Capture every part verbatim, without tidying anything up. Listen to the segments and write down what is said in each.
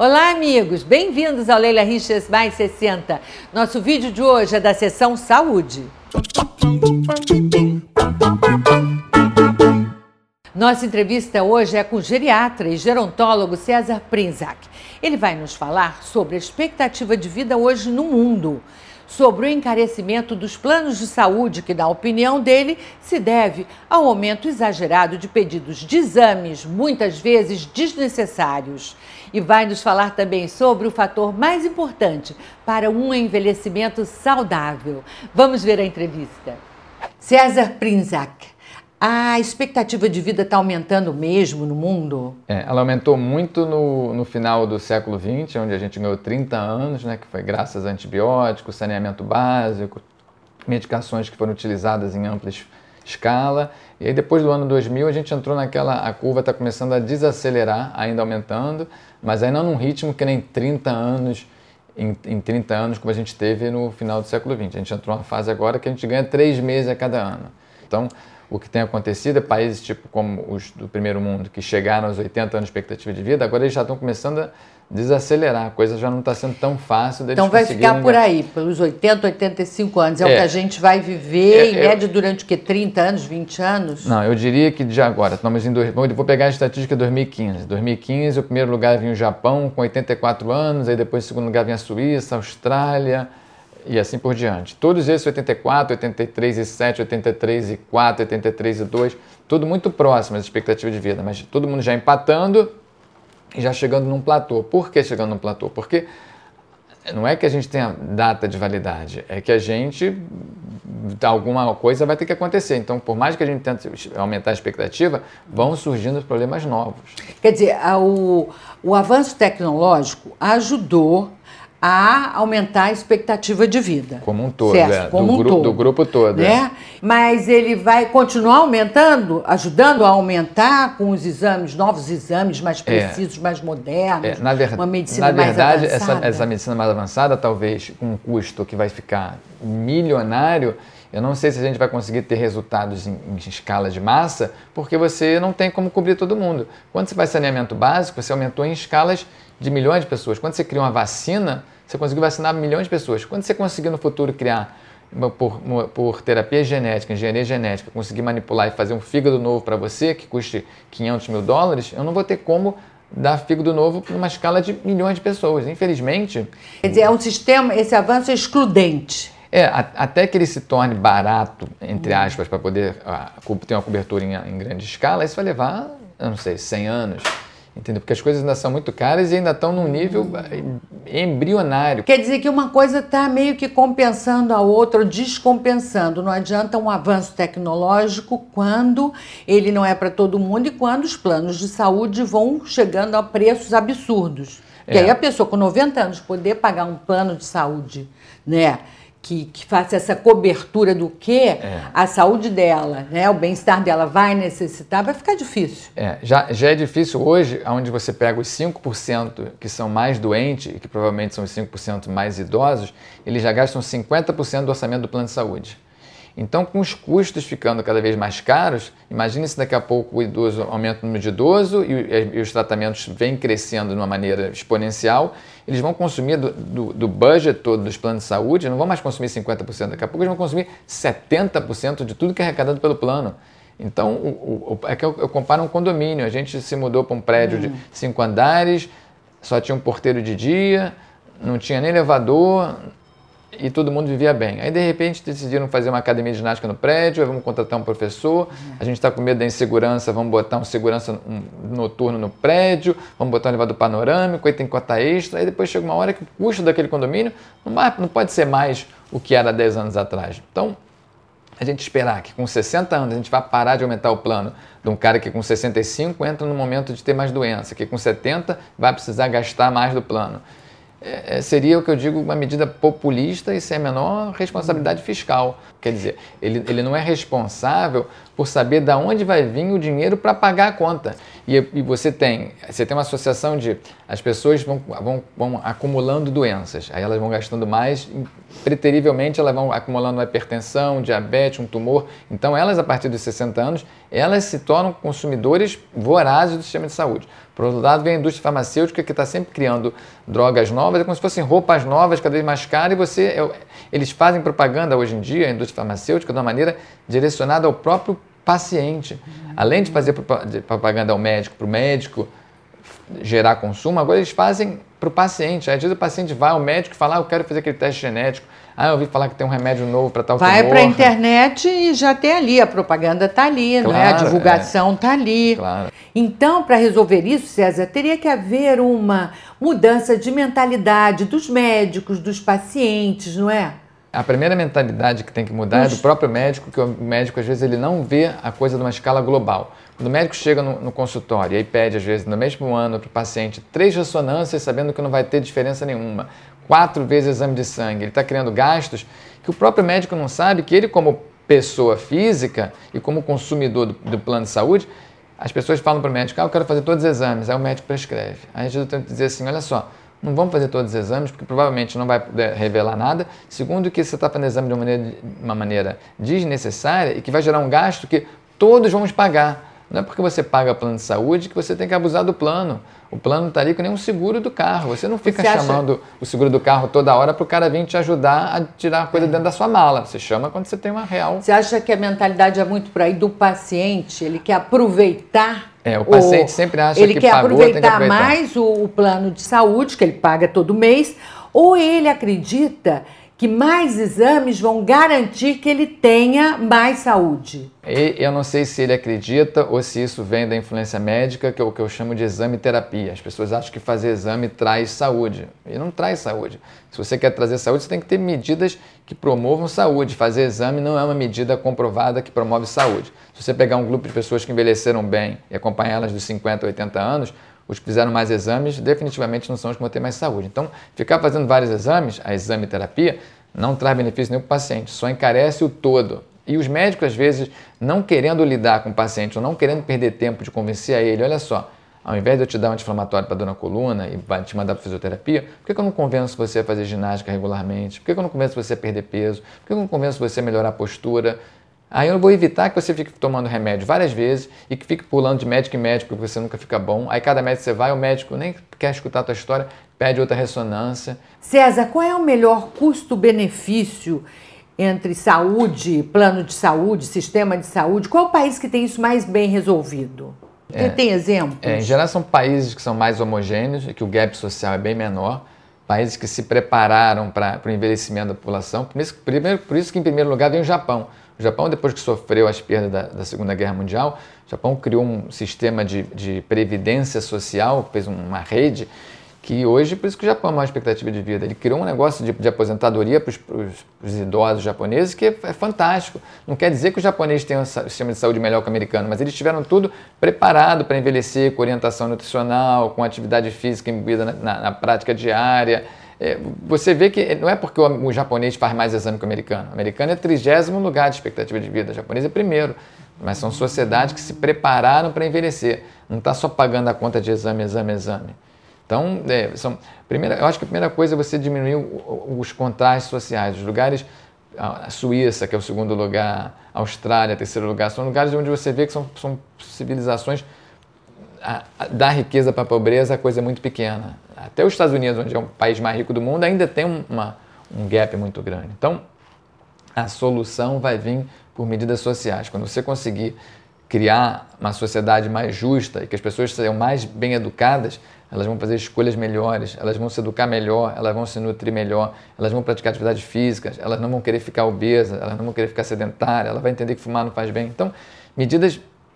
Olá, amigos! Bem-vindos ao Leila Riches Mais sessenta. Nosso vídeo de hoje é da seção Saúde. Nossa entrevista hoje é com o geriatra e gerontólogo César Prinzak. Ele vai nos falar sobre a expectativa de vida hoje no mundo, sobre o encarecimento dos planos de saúde que, na opinião dele, se deve ao aumento exagerado de pedidos de exames, muitas vezes desnecessários. E vai nos falar também sobre o fator mais importante para um envelhecimento saudável. Vamos ver a entrevista. César Prinzak, a expectativa de vida está aumentando mesmo no mundo? É, ela aumentou muito no, no final do século vinte, onde a gente ganhou trinta anos, né, que foi graças a antibióticos, saneamento básico, medicações que foram utilizadas em ampla escala. E aí depois do ano dois mil a gente entrou naquela, a curva está começando a desacelerar, ainda aumentando, mas ainda num ritmo que nem trinta anos, em, em trinta anos como a gente teve no final do século vinte. A gente entrou numa fase agora que a gente ganha três meses a cada ano. Então, o que tem acontecido é países tipo como os do primeiro mundo, que chegaram aos oitenta anos de expectativa de vida, agora eles já estão começando a desacelerar, a coisa já não está sendo tão fácil deles Então vai ficar por ganhar. aí, pelos oitenta, oitenta e cinco anos, é, é o que a gente vai viver, é, em média, eu... durante o quê? trinta anos, vinte anos? Não, eu diria que de agora, estamos em dois, vou pegar a estatística de dois mil e quinze. dois mil e quinze, o primeiro lugar vinha o Japão, com oitenta e quatro anos, aí depois o segundo lugar vinha a Suíça, a Austrália, e assim por diante. Todos esses oitenta e quatro, oitenta e três e sete, oitenta e três e quatro, oitenta e três e dois, tudo muito próximo às expectativas de vida, mas todo mundo já empatando e já chegando num platô. Por que chegando num platô? Porque não é que a gente tenha data de validade, é que a gente, alguma coisa vai ter que acontecer. Então, por mais que a gente tente aumentar a expectativa, vão surgindo problemas novos. Quer dizer, o, o avanço tecnológico ajudou a aumentar a expectativa de vida. Como um todo, certo, é, como do, um gru todo, do grupo todo. Né? É. Mas ele vai continuar aumentando, ajudando a aumentar com os exames, novos exames mais precisos, é. mais modernos, é, na ver uma medicina na mais verdade, avançada. Essa, essa medicina mais avançada, talvez com um custo que vai ficar milionário, eu não sei se a gente vai conseguir ter resultados em, em escala de massa, porque você não tem como cobrir todo mundo. Quando você faz saneamento básico, você aumentou em escalas de milhões de pessoas. Quando você cria uma vacina, você conseguiu vacinar milhões de pessoas. Quando você conseguir no futuro criar, por, por terapia genética, engenharia genética, conseguir manipular e fazer um fígado novo para você, que custe quinhentos mil dólares, eu não vou ter como dar fígado novo numa escala de milhões de pessoas. Infelizmente... Quer dizer, é um sistema, esse avanço é excludente. É, a, até que ele se torne barato, entre aspas, para poder a, ter uma cobertura em, em grande escala, isso vai levar, eu não sei, cem anos. Entendeu? Porque as coisas ainda são muito caras e ainda estão num nível embrionário. Quer dizer que uma coisa está meio que compensando a outra, ou descompensando. Não adianta um avanço tecnológico quando ele não é para todo mundo e quando os planos de saúde vão chegando a preços absurdos. É. E aí a pessoa com noventa anos poder pagar um plano de saúde, né? Que, que faça essa cobertura do que é. a saúde dela, né, o bem-estar dela vai necessitar, vai ficar difícil. É, já, já é difícil hoje, onde você pega os cinco por cento que são mais doentes, e que provavelmente são os cinco por cento mais idosos, eles já gastam cinquenta por cento do orçamento do plano de saúde. Então, com os custos ficando cada vez mais caros, imagine se daqui a pouco o idoso aumenta o número de idoso e, e os tratamentos vêm crescendo de uma maneira exponencial, eles vão consumir do, do, do budget todo dos planos de saúde, não vão mais consumir cinquenta por cento, daqui a pouco eles vão consumir setenta por cento de tudo que é arrecadado pelo plano. Então, o, o, é que eu, eu comparo um condomínio, a gente se mudou para um prédio hum. de cinco andares, só tinha um porteiro de dia, não tinha nem elevador, e todo mundo vivia bem. Aí, de repente, decidiram fazer uma academia de ginástica no prédio, vamos contratar um professor, a gente está com medo da insegurança, vamos botar um segurança noturno no prédio, vamos botar um elevador panorâmico, aí tem cota extra, aí depois chega uma hora que o custo daquele condomínio não, vai, não pode ser mais o que era dez anos atrás. Então, a gente esperar que com sessenta anos a gente vai parar de aumentar o plano de um cara que com sessenta e cinco entra no momento de ter mais doença, que com setenta vai precisar gastar mais do plano. É, seria o que eu digo, uma medida populista e sem a menor responsabilidade fiscal. Quer dizer, ele, ele não é responsável por saber de onde vai vir o dinheiro para pagar a conta. E, e você tem você tem uma associação de... As pessoas vão, vão, vão acumulando doenças, aí elas vão gastando mais, preterivelmente elas vão acumulando uma hipertensão, diabetes, um tumor. Então elas, a partir dos sessenta anos, elas se tornam consumidores vorazes do sistema de saúde. Por outro lado, vem a indústria farmacêutica que está sempre criando drogas novas, é como se fossem roupas novas, cada vez mais caras, e você, eles fazem propaganda hoje em dia, a indústria farmacêutica, de uma maneira direcionada ao próprio paciente. Uhum. Além de fazer propaganda ao médico, para o médico gerar consumo, agora eles fazem para o paciente. Às vezes o paciente vai ao médico e fala, ah, eu quero fazer aquele teste genético, ah, eu ouvi falar que tem um remédio novo para tal tumor. Vai para a internet e já tem ali, a propaganda está ali, claro, não é? A divulgação está é. ali. Claro. Então, para resolver isso, César, teria que haver uma mudança de mentalidade dos médicos, dos pacientes, não é? A primeira mentalidade que tem que mudar Os... é do próprio médico, que o médico, às vezes, ele não vê a coisa numa escala global. Quando o médico chega no, no consultório e aí pede, às vezes, no mesmo ano para o paciente, três ressonâncias, sabendo que não vai ter diferença nenhuma, quatro vezes exame de sangue, ele está criando gastos que o próprio médico não sabe, que ele, como pessoa física e como consumidor do, do plano de saúde, as pessoas falam para o médico, ah, eu quero fazer todos os exames, aí o médico prescreve. Aí a gente tem que dizer assim, olha só, não vamos fazer todos os exames, porque provavelmente não vai poder revelar nada. Segundo, que você está fazendo exame de uma maneira, uma maneira desnecessária e que vai gerar um gasto que todos vamos pagar. Não é porque você paga plano de saúde que você tem que abusar do plano. O plano está ali com nem um seguro do carro. Você não fica você chamando acha... o seguro do carro toda hora para o cara vir te ajudar a tirar a coisa é. dentro da sua mala. Você chama quando você tem uma real. Você acha que a mentalidade é muito por aí do paciente? Ele quer aproveitar... É, o paciente o... sempre acha ele que quer pagou, aproveitar, tem que aproveitar mais o, o plano de saúde, que ele paga todo mês, ou ele acredita que mais exames vão garantir que ele tenha mais saúde? E eu não sei se ele acredita ou se isso vem da influência médica, que é o que eu chamo de exame-terapia. As pessoas acham que fazer exame traz saúde. E não traz saúde. Se você quer trazer saúde, você tem que ter medidas que promovam saúde. Fazer exame não é uma medida comprovada que promove saúde. Se você pegar um grupo de pessoas que envelheceram bem e acompanhar elas dos cinquenta, oitenta anos, os que fizeram mais exames definitivamente não são os que vão ter mais saúde. Então, ficar fazendo vários exames, a exame-terapia, não traz benefício nenhum para o paciente, só encarece o todo. E os médicos, às vezes, não querendo lidar com o paciente, ou não querendo perder tempo de convencer a ele, olha só, ao invés de eu te dar um anti-inflamatório para dor na coluna e te mandar para fisioterapia, por que eu não convenço você a fazer ginástica regularmente? Por que eu não convenço você a perder peso? Por que eu não convenço você a melhorar a postura? Aí eu vou evitar que você fique tomando remédio várias vezes e que fique pulando de médico em médico porque você nunca fica bom. Aí cada médico você vai, o médico nem quer escutar a tua história, pede outra ressonância. César, qual é o melhor custo-benefício entre saúde, plano de saúde, sistema de saúde? Qual é o país que tem isso mais bem resolvido? É, tem exemplos? É, em geral são países que são mais homogêneos e que o gap social é bem menor. Países que se prepararam para o envelhecimento da população. Por isso, primeiro, por isso que em primeiro lugar vem o Japão. O Japão, depois que sofreu as perdas da, da Segunda Guerra Mundial, o Japão criou um sistema de, de previdência social, fez uma rede, que hoje, por isso que o Japão é a maior expectativa de vida. Ele criou um negócio de, de aposentadoria para os idosos japoneses que é, é fantástico. Não quer dizer que os japoneses tenham um sistema de saúde melhor que o americano, mas eles tiveram tudo preparado para envelhecer, com orientação nutricional, com atividade física embebida na, na, na prática diária. É, você vê que não é porque o, o japonês faz mais exame que o americano. O americano é trigésimo lugar de expectativa de vida, o japonês é primeiro. Mas são sociedades que se prepararam para envelhecer. Não está só pagando a conta de exame, exame, exame. Então, é, são, primeira, eu acho que a primeira coisa é você diminuir o, os contrastes sociais. Os lugares, a Suíça, que é o segundo lugar, a Austrália, terceiro lugar, são lugares onde você vê que são, são civilizações, a, a, da riqueza para a pobreza, a coisa é muito pequena. Até os Estados Unidos, onde é o país mais rico do mundo, ainda tem uma, um gap muito grande. Então, a solução vai vir por medidas sociais. Quando você conseguir criar uma sociedade mais justa e que as pessoas sejam mais bem educadas, elas vão fazer escolhas melhores, elas vão se educar melhor, elas vão se nutrir melhor, elas vão praticar atividades físicas, elas não vão querer ficar obesas, elas não vão querer ficar sedentárias, ela vai entender que fumar não faz bem. Então, medidas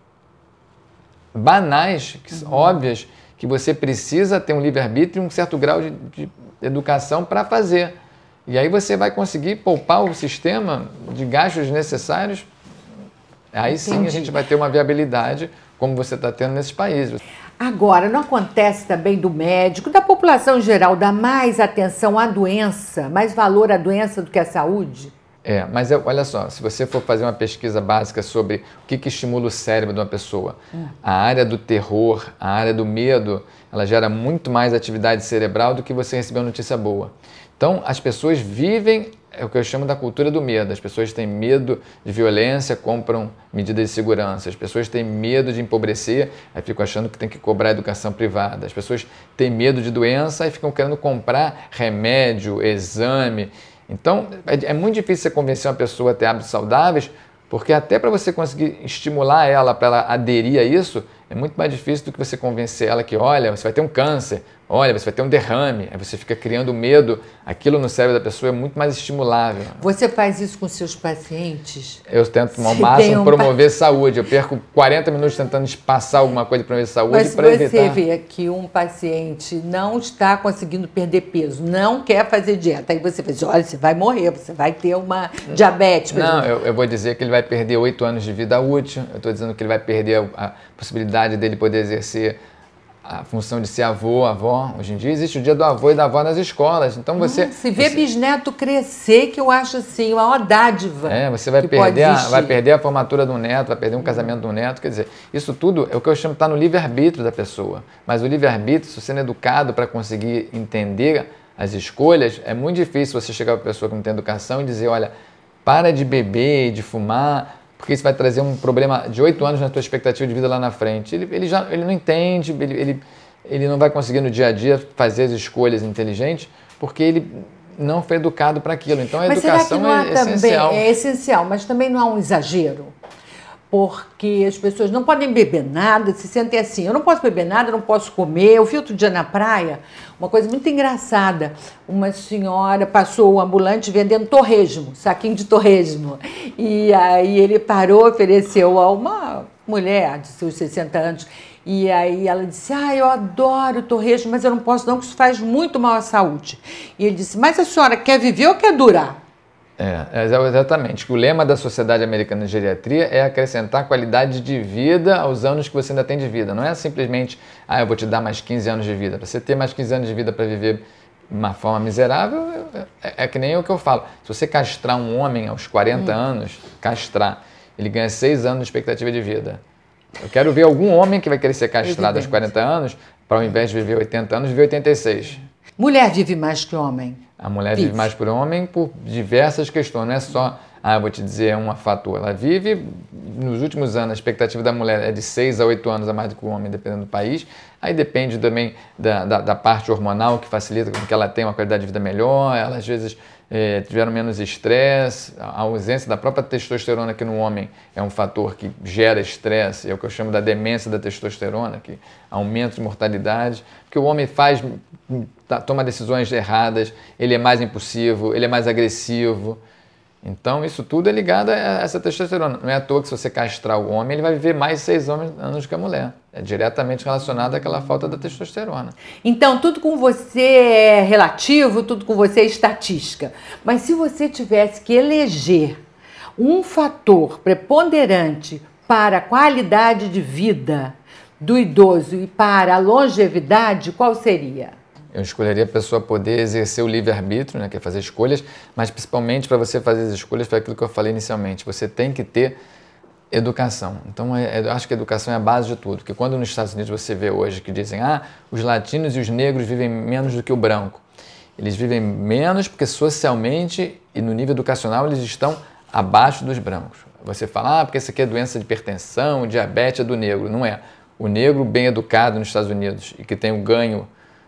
banais, que, uhum. óbvias, que você precisa ter um livre-arbítrio e um certo grau de, de educação para fazer. E aí você vai conseguir poupar o sistema de gastos necessários. Aí sim Entendi. A gente vai ter uma viabilidade como você está tendo nesses países. Agora, não acontece também do médico, da população em geral, dar mais atenção à doença, mais valor à doença do que à saúde? É, mas eu, olha só, se você for fazer uma pesquisa básica sobre o que, que estimula o cérebro de uma pessoa, hum. a área do terror, a área do medo, ela gera muito mais atividade cerebral do que você receber uma notícia boa. Então, as pessoas vivem, é o que eu chamo da cultura do medo. As pessoas têm medo de violência, compram medidas de segurança. As pessoas têm medo de empobrecer, aí ficam achando que tem que cobrar educação privada. As pessoas têm medo de doença e ficam querendo comprar remédio, exame. Então, é, é muito difícil você convencer uma pessoa a ter hábitos saudáveis, porque até para você conseguir estimular ela, para ela aderir a isso, é muito mais difícil do que você convencer ela que, olha, você vai ter um câncer, olha, você vai ter um derrame, aí você fica criando medo, aquilo no cérebro da pessoa é muito mais estimulável. Você faz isso com seus pacientes? Eu tento ao máximo um promover pa... saúde, eu perco quarenta minutos tentando passar alguma coisa de promover saúde para evitar. Mas se você vê que um paciente não está conseguindo perder peso, não quer fazer dieta, aí você fala, olha, você vai morrer, você vai ter uma diabetes. Não, eu, eu vou dizer que ele vai perder oito anos de vida útil, eu estou dizendo que ele vai perder a, a possibilidade dele poder exercer a função de ser avô, avó. Hoje em dia existe o dia do avô e da avó nas escolas. Então você... Hum, se vê você, bisneto crescer, que eu acho assim, uma dádiva. É, você vai perder, a, vai perder a formatura do neto, vai perder um casamento do neto. Quer dizer, isso tudo é o que eu chamo de estar no livre-arbítrio da pessoa. Mas o livre-arbítrio, se você não é educado para conseguir entender as escolhas, é muito difícil você chegar para a pessoa que não tem educação e dizer, olha, para de beber, de fumar, porque isso vai trazer um problema de oito anos na tua expectativa de vida lá na frente. Ele, ele, já, ele não entende, ele, ele, ele não vai conseguir no dia a dia fazer as escolhas inteligentes, porque ele não foi educado para aquilo. Então a mas educação será que não é essencial. Também, é essencial, mas também não há um exagero. Porque as pessoas não podem beber nada, se sentem assim, eu não posso beber nada, eu não posso comer. Eu vi outro dia na praia uma coisa muito engraçada. Uma senhora passou o ambulante vendendo torresmo, saquinho de torresmo. E aí ele parou, ofereceu a uma mulher de seus sessenta anos. E aí ela disse, ah, eu adoro torresmo, mas eu não posso não, que isso faz muito mal à saúde. E ele disse, mas a senhora quer viver ou quer durar? É, exatamente. O lema da Sociedade Americana de Geriatria é acrescentar qualidade de vida aos anos que você ainda tem de vida. Não é simplesmente, ah, eu vou te dar mais quinze anos de vida. Para você ter mais quinze anos de vida para viver de uma forma miserável, é, é que nem o que eu falo. Se você castrar um homem aos quarenta hum. anos, castrar, ele ganha seis anos de expectativa de vida. Eu quero ver algum homem que vai querer ser castrado aos quarenta anos, para ao invés de viver oitenta anos, viver oitenta e seis. Mulher vive mais que homem. A mulher vive, vive mais por homem por diversas questões, não é só, ah, eu vou te dizer, é um fator. Ela vive, nos últimos anos, a expectativa da mulher é de seis a oito anos a mais do que o homem, dependendo do país. Aí depende também da, da, da parte hormonal, que facilita com que ela tenha uma qualidade de vida melhor. Ela, às vezes, é, tiveram menos estresse. A ausência da própria testosterona aqui no homem é um fator que gera estresse, é o que eu chamo da demência da testosterona, que aumenta a mortalidade, porque o homem faz, toma decisões erradas, ele é mais impulsivo, ele é mais agressivo. Então, isso tudo é ligado a essa testosterona. Não é à toa que se você castrar o homem, ele vai viver mais seis anos que a mulher. É diretamente relacionado àquela falta da testosterona. Então, tudo com você é relativo, tudo com você é estatística. Mas se você tivesse que eleger um fator preponderante para a qualidade de vida do idoso e para a longevidade, qual seria? Eu escolheria a pessoa poder exercer o livre-arbítrio, né, que é fazer escolhas, mas principalmente para você fazer as escolhas foi aquilo que eu falei inicialmente. Você tem que ter educação. Então, é, eu acho que a educação é a base de tudo. Porque quando nos Estados Unidos você vê hoje que dizem ah, os latinos e os negros vivem menos do que o branco. Eles vivem menos porque socialmente e no nível educacional eles estão abaixo dos brancos. Você fala, ah, porque isso aqui é doença de hipertensão, diabetes é do negro. Não é. O negro bem educado nos Estados Unidos e que tem um ganho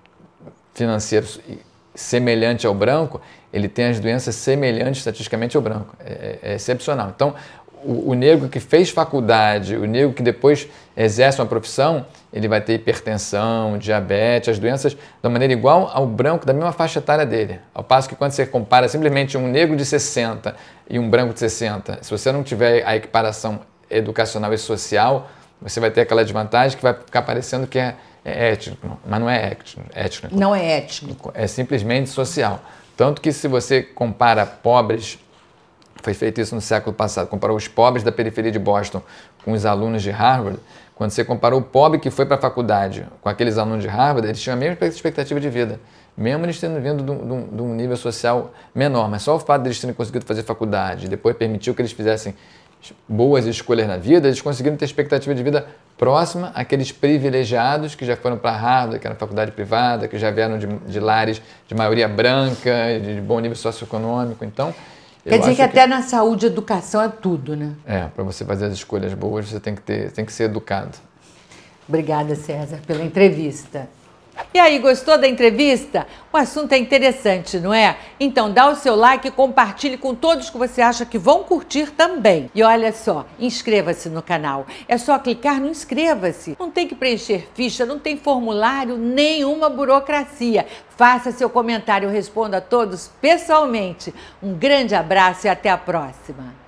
financeiro semelhante ao branco, ele tem as doenças semelhantes estatisticamente ao branco. É, é excepcional. Então, o, o negro que fez faculdade, o negro que depois exerce uma profissão, ele vai ter hipertensão, diabetes, as doenças da maneira igual ao branco da mesma faixa etária dele. Ao passo que quando você compara simplesmente um negro de sessenta e um branco de sessenta, se você não tiver a equiparação educacional e social, você vai ter aquela desvantagem que vai ficar parecendo que é É étnico, mas não é étnico. Não é étnico. É simplesmente social. Tanto que se você compara pobres, foi feito isso no século passado, comparou os pobres da periferia de Boston com os alunos de Harvard, Quando você comparou o pobre que foi para a faculdade com aqueles alunos de Harvard, eles tinham a mesma expectativa de vida, mesmo eles tendo vindo de um, de um nível social menor, mas só o fato de eles terem conseguido fazer faculdade, depois permitiu que eles fizessem boas escolhas na vida, eles conseguiram ter expectativa de vida próxima àqueles privilegiados que já foram para Harvard, que era faculdade privada, que já vieram de, de lares de maioria branca, de, de bom nível socioeconômico. Então, quer dizer que, que até na saúde e educação é tudo, né? É, para você fazer as escolhas boas, você tem que ter, tem que ser educado. Obrigada, César, pela entrevista. E aí, gostou da entrevista? O assunto é interessante, não é? Então dá o seu like e compartilhe com todos que você acha que vão curtir também. E olha só, inscreva-se no canal. É só clicar no inscreva-se. Não tem que preencher ficha, não tem formulário, nenhuma burocracia. Faça seu comentário, eu respondo a todos pessoalmente. Um grande abraço e até a próxima.